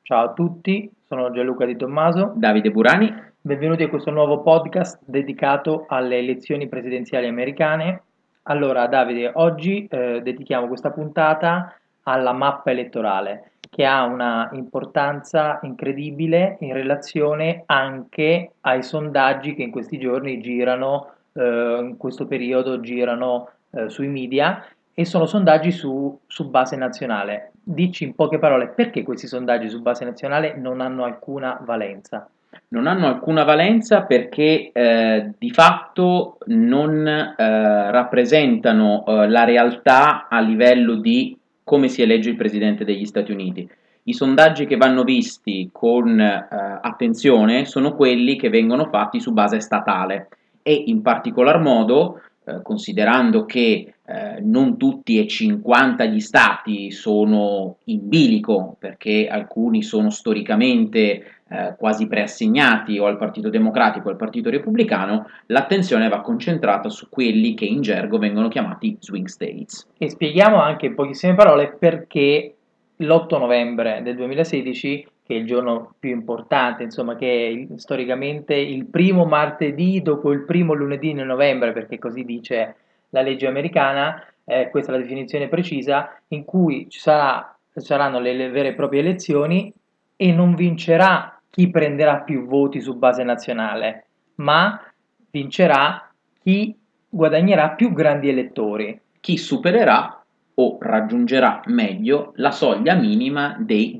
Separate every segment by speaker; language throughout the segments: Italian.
Speaker 1: Ciao a tutti, sono Gianluca Di Tommaso.
Speaker 2: Davide Burani.
Speaker 1: Benvenuti a questo nuovo podcast dedicato alle elezioni presidenziali americane. Allora, Davide, oggi dedichiamo questa puntata alla mappa elettorale, che ha una importanza incredibile in relazione anche ai sondaggi che in questi giorni girano, in questo periodo girano sui media e sono sondaggi su base nazionale. Dici in poche parole perché questi sondaggi su base nazionale non hanno alcuna valenza.
Speaker 2: Non hanno alcuna valenza perché di fatto non rappresentano la realtà a livello di come si elegge il Presidente degli Stati Uniti. I sondaggi che vanno visti con attenzione sono quelli che vengono fatti su base statale e in particolar modo, considerando che non tutti e 50 gli stati sono in bilico, perché alcuni sono storicamente quasi preassegnati o al Partito Democratico o al Partito Repubblicano, l'attenzione va concentrata su quelli che in gergo vengono chiamati swing states.
Speaker 1: E spieghiamo anche in pochissime parole perché l'8 novembre del 2016, che è il giorno più importante, insomma, che è storicamente il primo martedì dopo il primo lunedì di novembre, perché così dice la legge americana, questa è la definizione precisa, in cui saranno le vere e proprie elezioni e non vincerà chi prenderà più voti su base nazionale, ma vincerà chi guadagnerà più grandi elettori.
Speaker 2: Chi supererà o raggiungerà meglio la soglia minima dei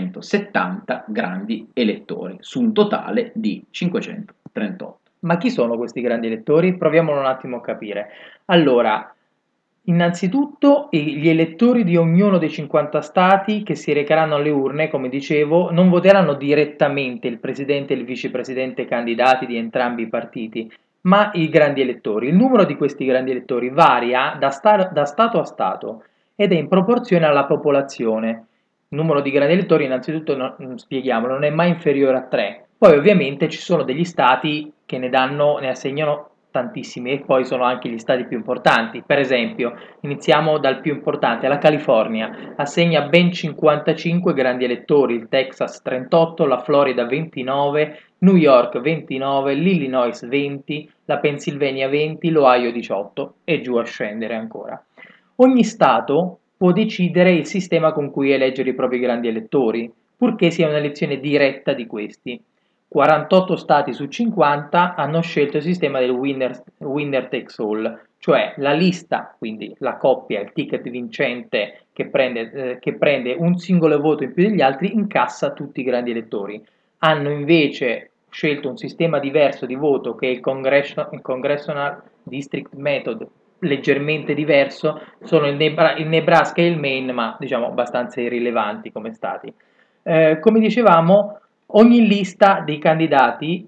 Speaker 2: 270 grandi elettori su un totale di 538.
Speaker 1: Ma chi sono questi grandi elettori? Proviamolo un attimo a capire. Allora, innanzitutto gli elettori di ognuno dei 50 stati che si recheranno alle urne, come dicevo, non voteranno direttamente il presidente e il vicepresidente candidati di entrambi i partiti, ma i grandi elettori. Il numero di questi grandi elettori varia da stato a stato ed è in proporzione alla popolazione. Il numero di grandi elettori, innanzitutto, spieghiamolo, non è mai inferiore a 3. Poi ovviamente ci sono degli stati che ne assegnano tantissimi e poi sono anche gli stati più importanti. Per esempio, iniziamo dal più importante, la California assegna ben 55 grandi elettori, il Texas 38, la Florida 29, New York 29, l'Illinois 20, la Pennsylvania 20, l'Ohio 18 e giù a scendere ancora. Ogni Stato può decidere il sistema con cui eleggere i propri grandi elettori, purché sia un'elezione diretta di questi. 48 Stati su 50 hanno scelto il sistema del winner takes all, cioè la lista, quindi la coppia, il ticket vincente che prende un singolo voto in più degli altri, incassa tutti i grandi elettori. Hanno invece scelto un sistema diverso di voto che è il Congressional District Method, leggermente diverso, sono il Nebraska e il Maine, ma diciamo abbastanza irrilevanti come stati. Come dicevamo, ogni lista dei candidati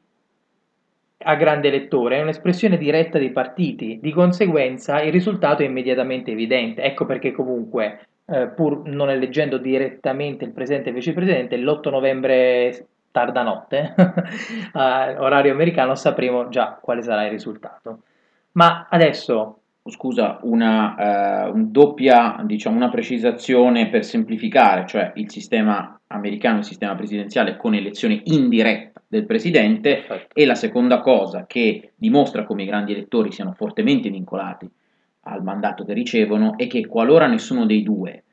Speaker 1: a grande elettore è un'espressione diretta dei partiti, di conseguenza il risultato è immediatamente evidente. Ecco perché comunque, pur non eleggendo direttamente il presidente e il vicepresidente, l'8 novembre tarda notte, orario americano, sapremo già quale sarà il risultato. Ma adesso
Speaker 2: Scusa, doppia, diciamo, una precisazione per semplificare, cioè il sistema americano, il sistema presidenziale con elezione indiretta del presidente,
Speaker 1: perfetto.
Speaker 2: e la seconda cosa che dimostra come i grandi elettori siano fortemente vincolati al mandato che ricevono è che qualora nessuno dei due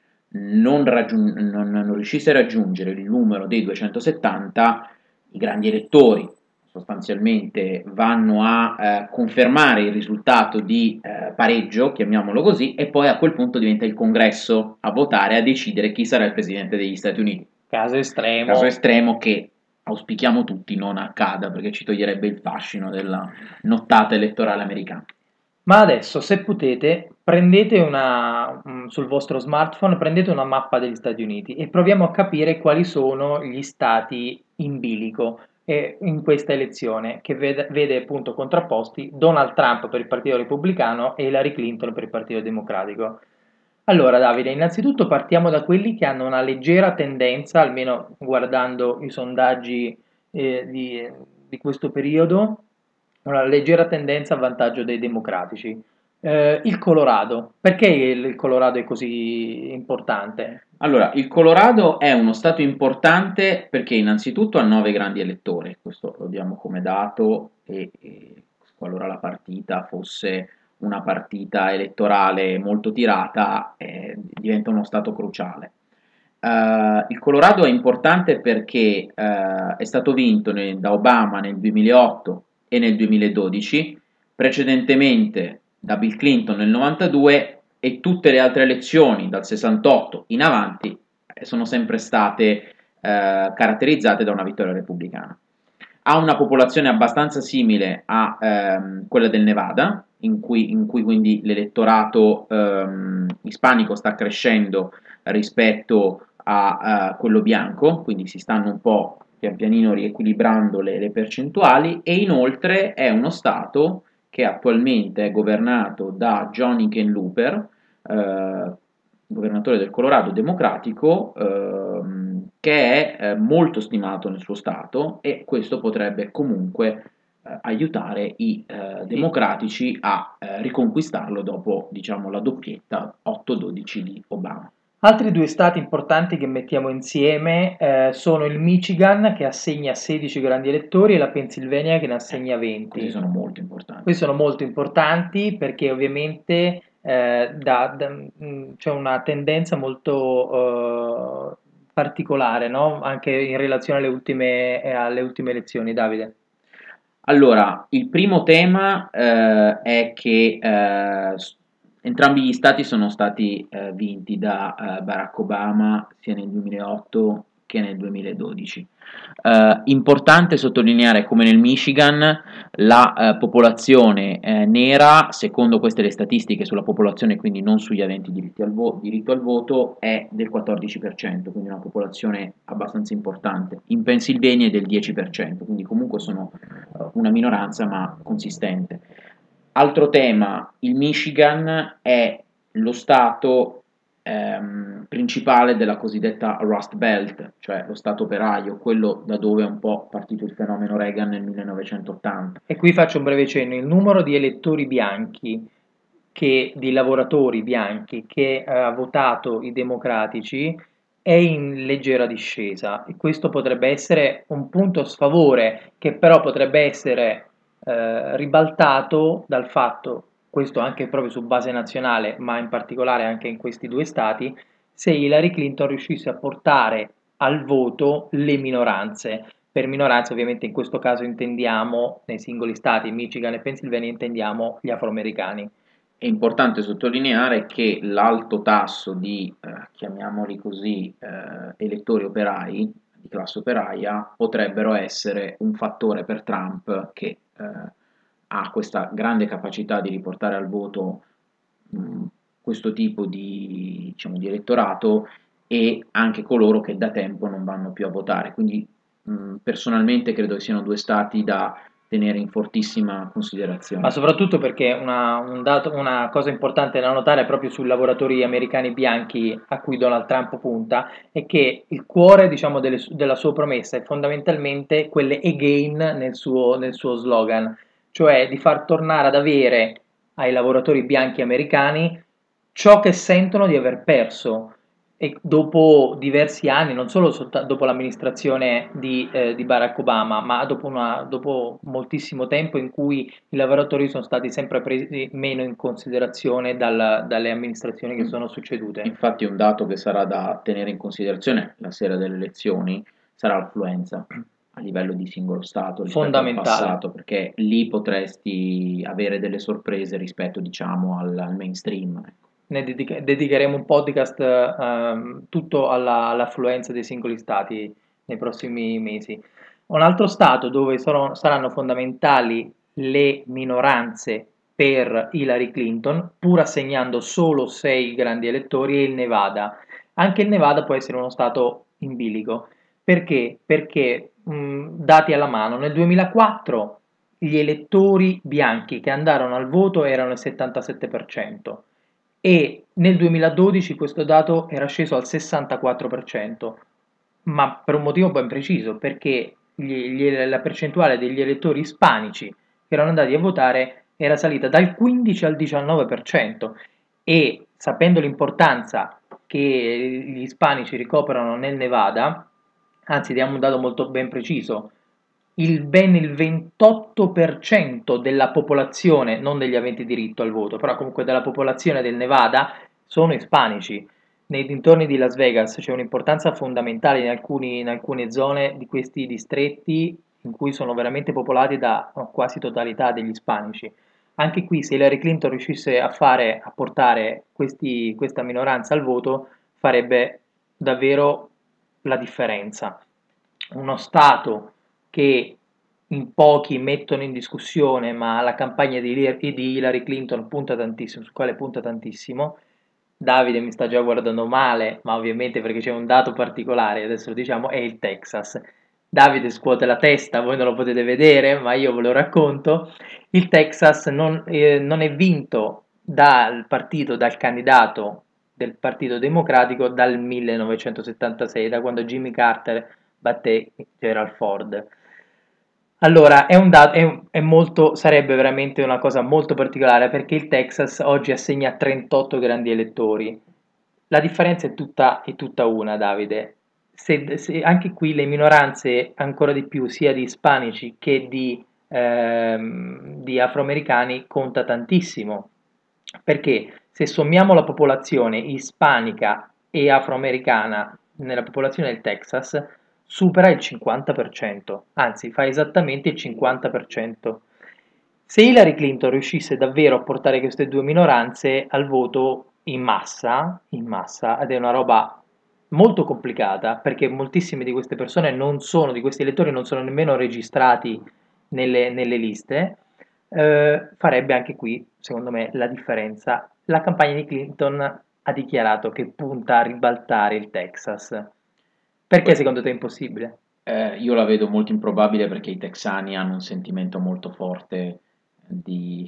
Speaker 2: non riuscisse a raggiungere il numero dei 270, i grandi elettori sostanzialmente vanno a confermare il risultato di pareggio, chiamiamolo così, e poi a quel punto diventa il Congresso a votare, a decidere chi sarà il Presidente degli Stati Uniti.
Speaker 1: Caso
Speaker 2: Caso
Speaker 1: estremo.
Speaker 2: estremo che auspichiamo tutti non accada, perché ci toglierebbe il fascino della nottata elettorale americana.
Speaker 1: Ma adesso, se potete, sul vostro smartphone, prendete una mappa degli Stati Uniti e proviamo a capire quali sono gli stati in bilico in questa elezione, che vede appunto contrapposti Donald Trump per il Partito Repubblicano e Hillary Clinton per il Partito Democratico. Allora, Davide, innanzitutto partiamo da quelli che hanno una leggera tendenza, almeno guardando i sondaggi di questo periodo, una leggera tendenza a vantaggio dei democratici. Il Colorado, perché il Colorado è così importante?
Speaker 2: Allora, il Colorado è uno stato importante perché innanzitutto ha 9 grandi elettori, questo lo diamo come dato e qualora la partita fosse una partita elettorale molto tirata, diventa uno stato cruciale. Il Colorado è importante perché è stato vinto da Obama nel 2008 e nel 2012, precedentemente da Bill Clinton nel 92 e tutte le altre elezioni dal 68 in avanti sono sempre state caratterizzate da una vittoria repubblicana. Ha una popolazione abbastanza simile a quella del Nevada, in cui quindi l'elettorato ispanico sta crescendo rispetto a quello bianco, quindi si stanno un po' pian pianino riequilibrando le percentuali, e inoltre è uno Stato che attualmente è governato da John Hickenlooper, governatore del Colorado democratico, che è molto stimato nel suo Stato, e questo potrebbe comunque aiutare i democratici a riconquistarlo dopo, diciamo, la doppietta 8-12 di Obama.
Speaker 1: Altri due stati importanti che mettiamo insieme sono il Michigan che assegna 16 grandi elettori e la Pennsylvania che ne assegna
Speaker 2: Così
Speaker 1: 20.
Speaker 2: sono molto importanti.
Speaker 1: Questi sono molto importanti perché ovviamente c'è una tendenza molto particolare, no? Anche in relazione alle ultime elezioni, Davide.
Speaker 2: Allora, il primo tema è che entrambi gli stati sono stati vinti da Barack Obama sia nel 2008 che nel 2012. Importante sottolineare come nel Michigan la popolazione nera, secondo queste le statistiche sulla popolazione, quindi non sugli aventi diritto al voto, è del 14%, quindi una popolazione abbastanza importante. In Pennsylvania è del 10%, quindi comunque sono una minoranza ma consistente. Altro tema, il Michigan è lo stato principale della cosiddetta Rust Belt, cioè lo stato operaio, quello da dove è un po' partito il fenomeno Reagan nel 1980.
Speaker 1: E qui faccio un breve cenno, il numero di elettori bianchi, di lavoratori bianchi che ha votato i democratici è in leggera discesa e questo potrebbe essere un punto a sfavore che però potrebbe essere ribaltato dal fatto, questo anche proprio su base nazionale, ma in particolare anche in questi due stati, se Hillary Clinton riuscisse a portare al voto le minoranze. Per minoranze ovviamente in questo caso intendiamo, nei singoli stati, Michigan e Pennsylvania, intendiamo gli afroamericani.
Speaker 2: È importante sottolineare che l'alto tasso di, chiamiamoli così, elettori operai, di classe operaia, potrebbero essere un fattore per Trump, che ha questa grande capacità di riportare al voto mh, questo tipo di, diciamo, di elettorato, e anche coloro che da tempo non vanno più a votare. Quindi personalmente credo che siano due stati da tenere in fortissima
Speaker 1: Ma
Speaker 2: considerazione.
Speaker 1: soprattutto perché una cosa importante da notare proprio sui lavoratori americani bianchi a cui Donald Trump punta è che il cuore, diciamo, della sua promessa è fondamentalmente quelle again nel suo slogan, cioè di far tornare ad avere ai lavoratori bianchi americani ciò che sentono di aver perso. E dopo diversi anni, non solo dopo l'amministrazione di Barack Obama, ma dopo moltissimo tempo in cui i lavoratori sono stati sempre presi meno in considerazione dalle amministrazioni che sono succedute.
Speaker 2: Infatti un dato che sarà da tenere in considerazione la sera delle elezioni sarà l'affluenza a livello di singolo Stato rispetto al
Speaker 1: Fondamentale.
Speaker 2: passato, perché lì potresti avere delle sorprese rispetto, diciamo, al mainstream. Ecco.
Speaker 1: Dedicheremo un podcast tutto all'affluenza dei singoli stati nei prossimi mesi. Un altro stato dove saranno fondamentali le minoranze per Hillary Clinton, pur assegnando solo 6 grandi elettori, è il Nevada. Anche il Nevada può essere uno stato in bilico. Perché? Perché, dati alla mano, nel 2004 gli elettori bianchi che andarono al voto erano il 77% e nel 2012 questo dato era sceso al 64%, ma per un motivo ben preciso, perché la percentuale degli elettori ispanici che erano andati a votare era salita dal 15 al 19% e sapendo l'importanza che gli ispanici ricoprono nel Nevada, anzi diamo un dato molto ben preciso, ben il 28% della popolazione, non degli aventi diritto al voto, però comunque della popolazione del Nevada sono ispanici. Nei dintorni di Las Vegas c'è un'importanza fondamentale in alcune zone di questi distretti in cui sono veramente popolati da quasi totalità degli ispanici. Anche qui, se Hillary Clinton riuscisse a portare questa minoranza al voto, farebbe davvero la differenza. Uno Stato che in pochi mettono in discussione, ma la campagna di Hillary Clinton punta tantissimo, su quale punta tantissimo. Davide mi sta già guardando male, ma ovviamente perché c'è un dato particolare, adesso lo diciamo, è il Texas. Davide scuote la testa, voi non lo potete vedere, ma io ve lo racconto. Il Texas non è vinto dal candidato del Partito Democratico dal 1976, da quando Jimmy Carter batté Gerald Ford. Allora, è un dato, è molto, sarebbe veramente una cosa molto particolare perché il Texas oggi assegna 38 grandi elettori. La differenza è tutta una, Davide. Se anche qui le minoranze, ancora di più, sia di ispanici che di afroamericani, conta tantissimo. Perché se sommiamo la popolazione ispanica e afroamericana nella popolazione del Texas, supera il 50%, anzi fa esattamente il 50%. Se Hillary Clinton riuscisse davvero a portare queste due minoranze al voto in massa, ed è una roba molto complicata perché moltissime di queste persone non sono, di questi elettori non sono nemmeno registrati nelle liste, farebbe anche qui, secondo me, la differenza. La campagna di Clinton ha dichiarato che punta a ribaltare il Texas. Perché secondo te è impossibile?
Speaker 2: Io la vedo molto improbabile perché i texani hanno un sentimento molto forte di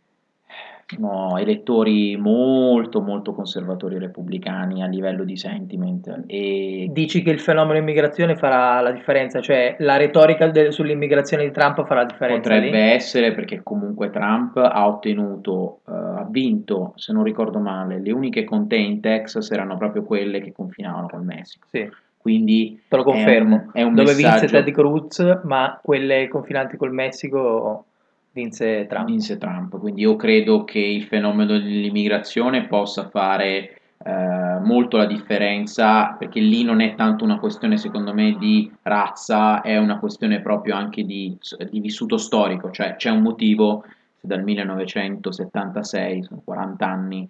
Speaker 2: no, elettori molto molto conservatori repubblicani a livello di sentiment e
Speaker 1: Dici che il fenomeno immigrazione farà la differenza, cioè la retorica sull'immigrazione di Trump farà la differenza
Speaker 2: potrebbe
Speaker 1: lì?
Speaker 2: essere perché comunque Trump ha ottenuto, ha vinto, se non ricordo male, le uniche contee in Texas erano proprio quelle che confinavano col Messico.
Speaker 1: Sì,
Speaker 2: Quindi
Speaker 1: te lo confermo.
Speaker 2: è un
Speaker 1: Dove vinse Ted
Speaker 2: messaggio.
Speaker 1: Cruz, ma quelle confinanti col Messico vinse Trump.
Speaker 2: Vinse Trump, quindi io credo che il fenomeno dell'immigrazione possa fare molto la differenza, perché lì non è tanto una questione, secondo me, di razza, è una questione proprio anche di vissuto storico, cioè c'è un motivo se dal 1976, sono 40 anni,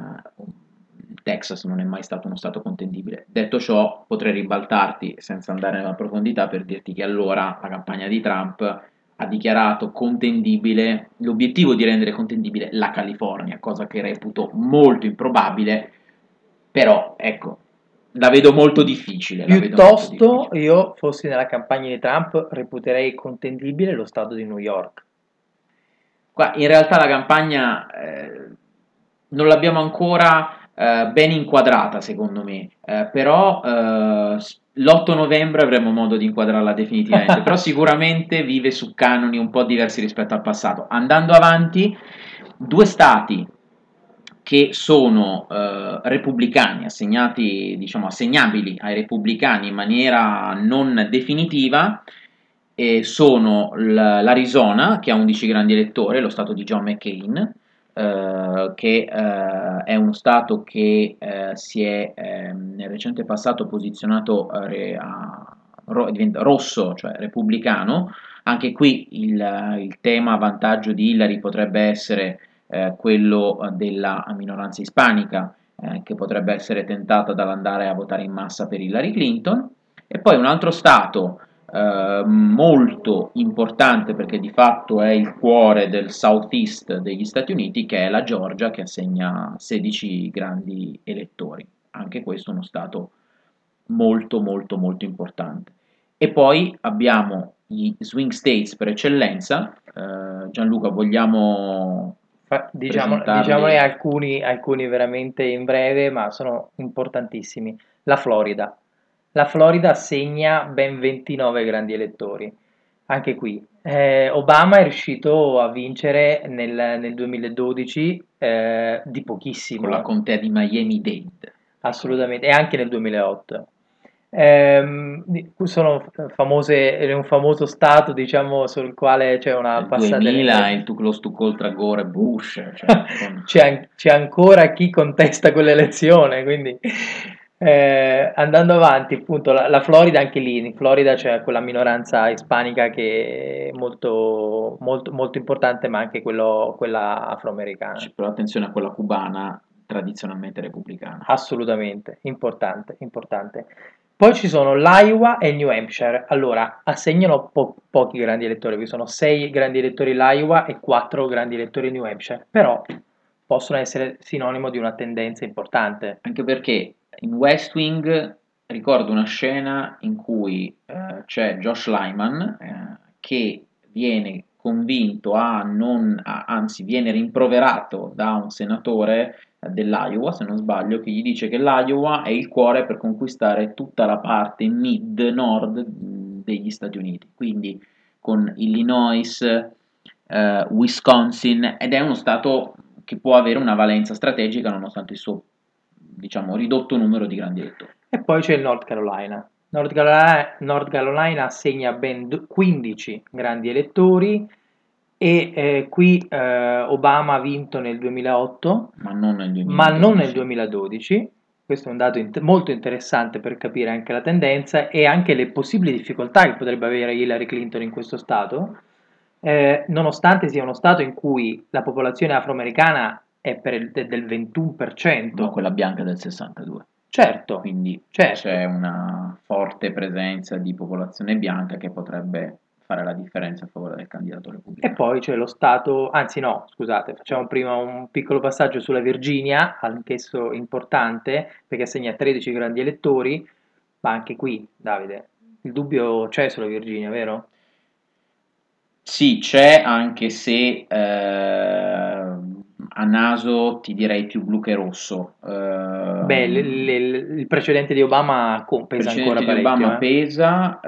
Speaker 2: il Texas non è mai stato uno stato contendibile. Detto ciò, potrei ribaltarti senza andare nella profondità per dirti che allora la campagna di Trump ha dichiarato contendibile l'obiettivo di rendere contendibile la California, cosa che reputo molto improbabile, però ecco, la vedo molto difficile, la vedo molto
Speaker 1: Piuttosto,
Speaker 2: difficile.
Speaker 1: io fossi nella campagna di Trump, reputerei contendibile lo stato di New York.
Speaker 2: Qua in realtà la campagna non l'abbiamo ancora ben inquadrata, secondo me, però l'8 novembre avremo modo di inquadrarla definitivamente, però sicuramente vive su canoni un po' diversi rispetto al passato. Andando avanti, due stati che sono repubblicani, assegnati, diciamo, assegnabili ai repubblicani in maniera non definitiva, sono l'Arizona, che ha 11 grandi elettori, lo stato di John McCain, che è uno stato che si è nel recente passato posizionato rosso, cioè repubblicano. Anche qui il tema a vantaggio di Hillary potrebbe essere quello della minoranza ispanica, che potrebbe essere tentata dall'andare a votare in massa per Hillary Clinton. E poi un altro stato molto importante perché di fatto è il cuore del Southeast degli Stati Uniti, che è la Georgia, che assegna 16 grandi elettori. Anche questo è uno stato molto molto molto importante. E poi abbiamo gli swing states per eccellenza. Gianluca, vogliamo
Speaker 1: Diciamone
Speaker 2: presentarli?
Speaker 1: alcuni veramente in breve, ma sono importantissimi. La Florida. La Florida assegna ben 29 grandi elettori. Anche qui, Obama è riuscito a vincere nel 2012 di
Speaker 2: con la
Speaker 1: pochissimo.
Speaker 2: contea di Miami-Dade, ricordo.
Speaker 1: Assolutamente, e anche nel 2008. Sono è un famoso stato, diciamo, sul quale c'è una
Speaker 2: Nel
Speaker 1: passata.
Speaker 2: 2000 il too close to call tra Gore e Bush, cioè, insomma.
Speaker 1: C'è ancora chi contesta quell'elezione, quindi andando avanti, appunto, la Florida, anche lì, in Florida c'è quella minoranza ispanica che è molto, molto, molto importante, ma anche quella afroamericana.
Speaker 2: Però attenzione a quella cubana, tradizionalmente repubblicana.
Speaker 1: Assolutamente, importante, importante. Poi ci sono l'Iowa e il New Hampshire. Allora, assegnano pochi grandi elettori, vi sono 6 grandi elettori l'Iowa e 4 grandi elettori il New Hampshire, però possono essere sinonimo di una tendenza importante.
Speaker 2: Anche perché in West Wing ricordo una scena in cui c'è Josh Lyman che viene convinto a non, anzi viene rimproverato da un senatore dell'Iowa, se non sbaglio, che gli dice che l'Iowa è il cuore per conquistare tutta la parte mid-nord degli Stati Uniti, quindi con Illinois, Wisconsin, ed è uno stato che può avere una valenza strategica nonostante il suo, diciamo, ridotto numero di grandi elettori.
Speaker 1: E poi c'è il North Carolina. North Carolina assegna ben 15 grandi elettori e qui Obama ha vinto nel 2008,
Speaker 2: Ma non nel
Speaker 1: ma non nel
Speaker 2: 2012.
Speaker 1: 2012. Questo è un dato molto interessante per capire anche la tendenza e anche le possibili difficoltà che potrebbe avere Hillary Clinton in questo stato, nonostante sia uno stato in cui la popolazione afroamericana è del
Speaker 2: Ma
Speaker 1: 21%.
Speaker 2: quella bianca del 62.
Speaker 1: Certo,
Speaker 2: Quindi c'è
Speaker 1: certo.
Speaker 2: una forte presenza di popolazione bianca che potrebbe fare la differenza a favore del candidato
Speaker 1: E
Speaker 2: repubblicano.
Speaker 1: poi c'è lo stato, anzi no, scusate, facciamo prima un piccolo passaggio sulla Virginia, anch'esso importante, perché assegna 13 grandi elettori, ma anche qui, Davide, il dubbio c'è sulla Virginia, vero?
Speaker 2: Sì, c'è, anche se a naso ti direi più blu che rosso.
Speaker 1: Beh, il precedente di Obama
Speaker 2: Il
Speaker 1: pesa ancora
Speaker 2: precedente di Obama
Speaker 1: parecchio, eh.
Speaker 2: pesa,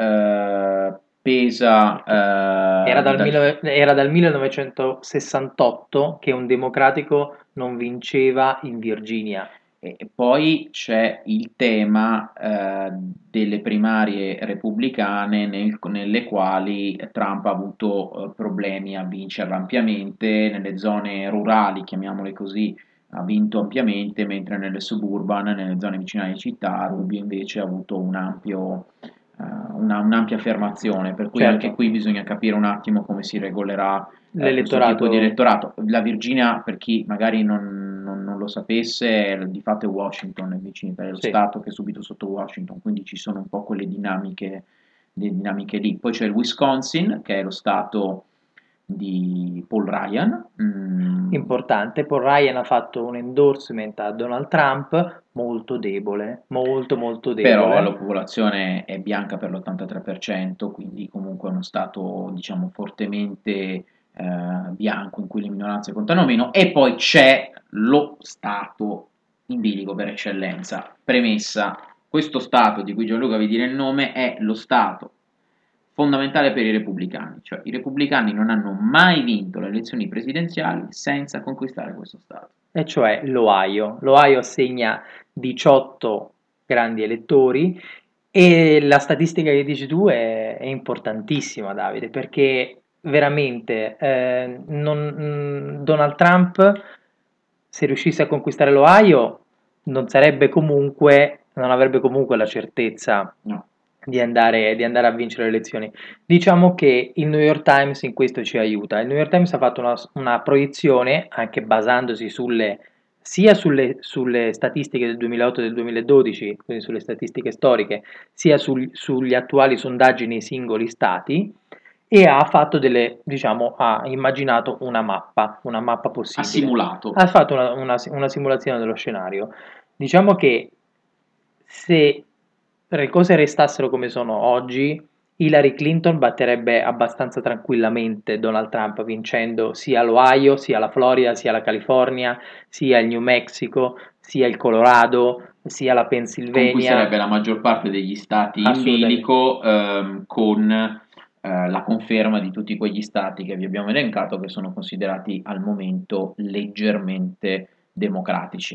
Speaker 2: pesa dal
Speaker 1: Era dal 1968 che un democratico non vinceva in Virginia.
Speaker 2: e poi c'è il tema delle primarie repubblicane nelle quali Trump ha avuto problemi a vincere ampiamente, nelle zone rurali, chiamiamole così, ha vinto ampiamente, mentre nelle suburban, nelle zone vicine alle città, Rubio invece ha avuto un'ampia affermazione, per cui anche
Speaker 1: Certo,
Speaker 2: qui bisogna capire un attimo come si regolerà questo tipo di
Speaker 1: l'elettorato,
Speaker 2: elettorato. La Virginia, per chi magari non lo sapesse, di fatto è Washington, è vicino, è lo
Speaker 1: sì.
Speaker 2: stato che è subito sotto Washington, quindi ci sono un po' le dinamiche lì. Poi c'è il Wisconsin, che è lo stato di Paul Ryan,
Speaker 1: Importante, Paul Ryan ha fatto un endorsement a Donald Trump molto debole, molto molto
Speaker 2: però la
Speaker 1: debole.
Speaker 2: popolazione è bianca per l'83%, quindi comunque è uno stato, diciamo, fortemente bianco in cui le minoranze contano meno, e poi c'è lo stato in bilico per eccellenza. Premessa, questo stato di cui Gianluca vi dire il nome è lo stato fondamentale per i repubblicani, cioè i repubblicani non hanno mai vinto le elezioni presidenziali senza conquistare questo stato.
Speaker 1: E cioè l'Ohio. L'Ohio assegna 18 grandi elettori e la statistica che dici tu è importantissima, Davide, perché veramente Donald Trump, se riuscisse a conquistare l'Ohio, non avrebbe comunque la certezza
Speaker 2: No.
Speaker 1: di andare a vincere le elezioni. Diciamo che il New York Times in questo ci aiuta. Il New York Times ha fatto una proiezione, anche basandosi sia sulle statistiche del 2008 e del 2012, quindi sulle statistiche storiche, sia sugli attuali sondaggi nei singoli stati, e ha fatto diciamo, ha immaginato una mappa
Speaker 2: Ha
Speaker 1: possibile.
Speaker 2: simulato.
Speaker 1: Ha fatto una simulazione dello scenario. Diciamo che se le cose restassero come sono oggi, Hillary Clinton batterebbe abbastanza tranquillamente Donald Trump, vincendo sia l'Ohio, sia la Florida, sia la California, sia il New Mexico, sia il Colorado, sia la
Speaker 2: Conquisterebbe
Speaker 1: Pennsylvania.
Speaker 2: la maggior parte degli stati in
Speaker 1: Assolutamente.
Speaker 2: bilico con la conferma di tutti quegli stati che vi abbiamo elencato che sono considerati al momento leggermente democratici.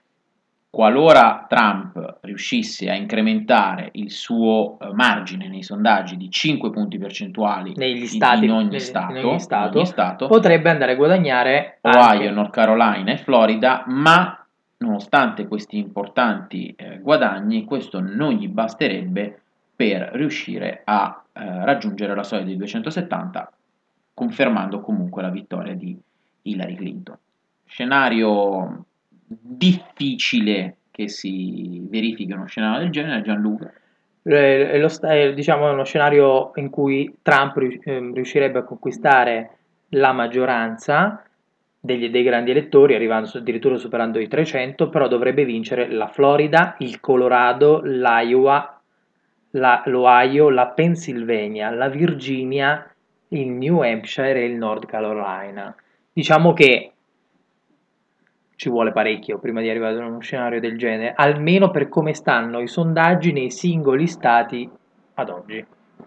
Speaker 2: Qualora Trump riuscisse a incrementare il suo margine nei sondaggi di 5 punti percentuali in ogni stato,
Speaker 1: potrebbe andare a guadagnare
Speaker 2: Ohio, North Carolina e Florida, ma nonostante questi importanti guadagni, questo non gli basterebbe per riuscire a raggiungere la soglia dei 270, confermando comunque la vittoria di Hillary Clinton. Scenario difficile che si verifichi uno scenario del genere, Gianluca.
Speaker 1: Diciamo è uno scenario in cui Trump riuscirebbe a conquistare la maggioranza dei grandi elettori, arrivando addirittura superando i 300, però dovrebbe vincere la Florida, il Colorado, l'Iowa, l'Ohio, la Pennsylvania, la Virginia, il New Hampshire e il North Carolina. Diciamo che ci vuole parecchio prima di arrivare ad uno scenario del genere, almeno per come stanno i sondaggi nei singoli stati ad oggi.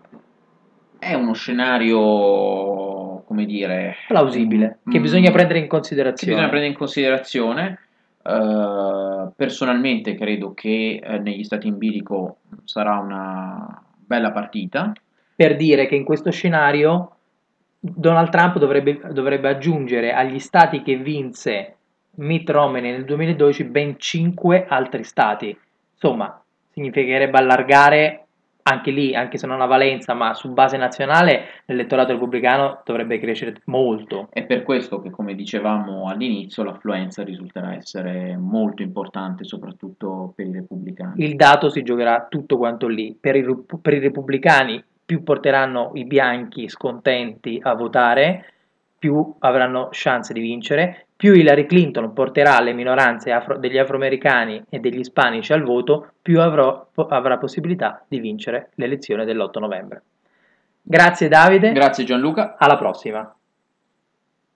Speaker 2: È uno scenario, come dire,
Speaker 1: plausibile, che bisogna prendere in considerazione.
Speaker 2: Personalmente credo che negli stati in bilico sarà una bella partita.
Speaker 1: Per dire che in questo scenario Donald Trump dovrebbe aggiungere agli stati che vinse Mitt Romney nel 2012 ben 5 altri stati. Insomma, significherebbe allargare anche lì, anche se non ha valenza, ma su base nazionale l'elettorato repubblicano dovrebbe crescere molto.
Speaker 2: È per questo che, come dicevamo all'inizio, l'affluenza risulterà essere molto importante, soprattutto per i repubblicani.
Speaker 1: Il dato si giocherà tutto quanto lì. Per i repubblicani più porteranno i bianchi scontenti a votare, più avranno chance di vincere, più Hillary Clinton porterà le minoranze degli afroamericani e degli ispanici al voto, più avrà possibilità di vincere l'elezione dell'8 novembre. Grazie Davide.
Speaker 2: Grazie Gianluca.
Speaker 1: Alla prossima.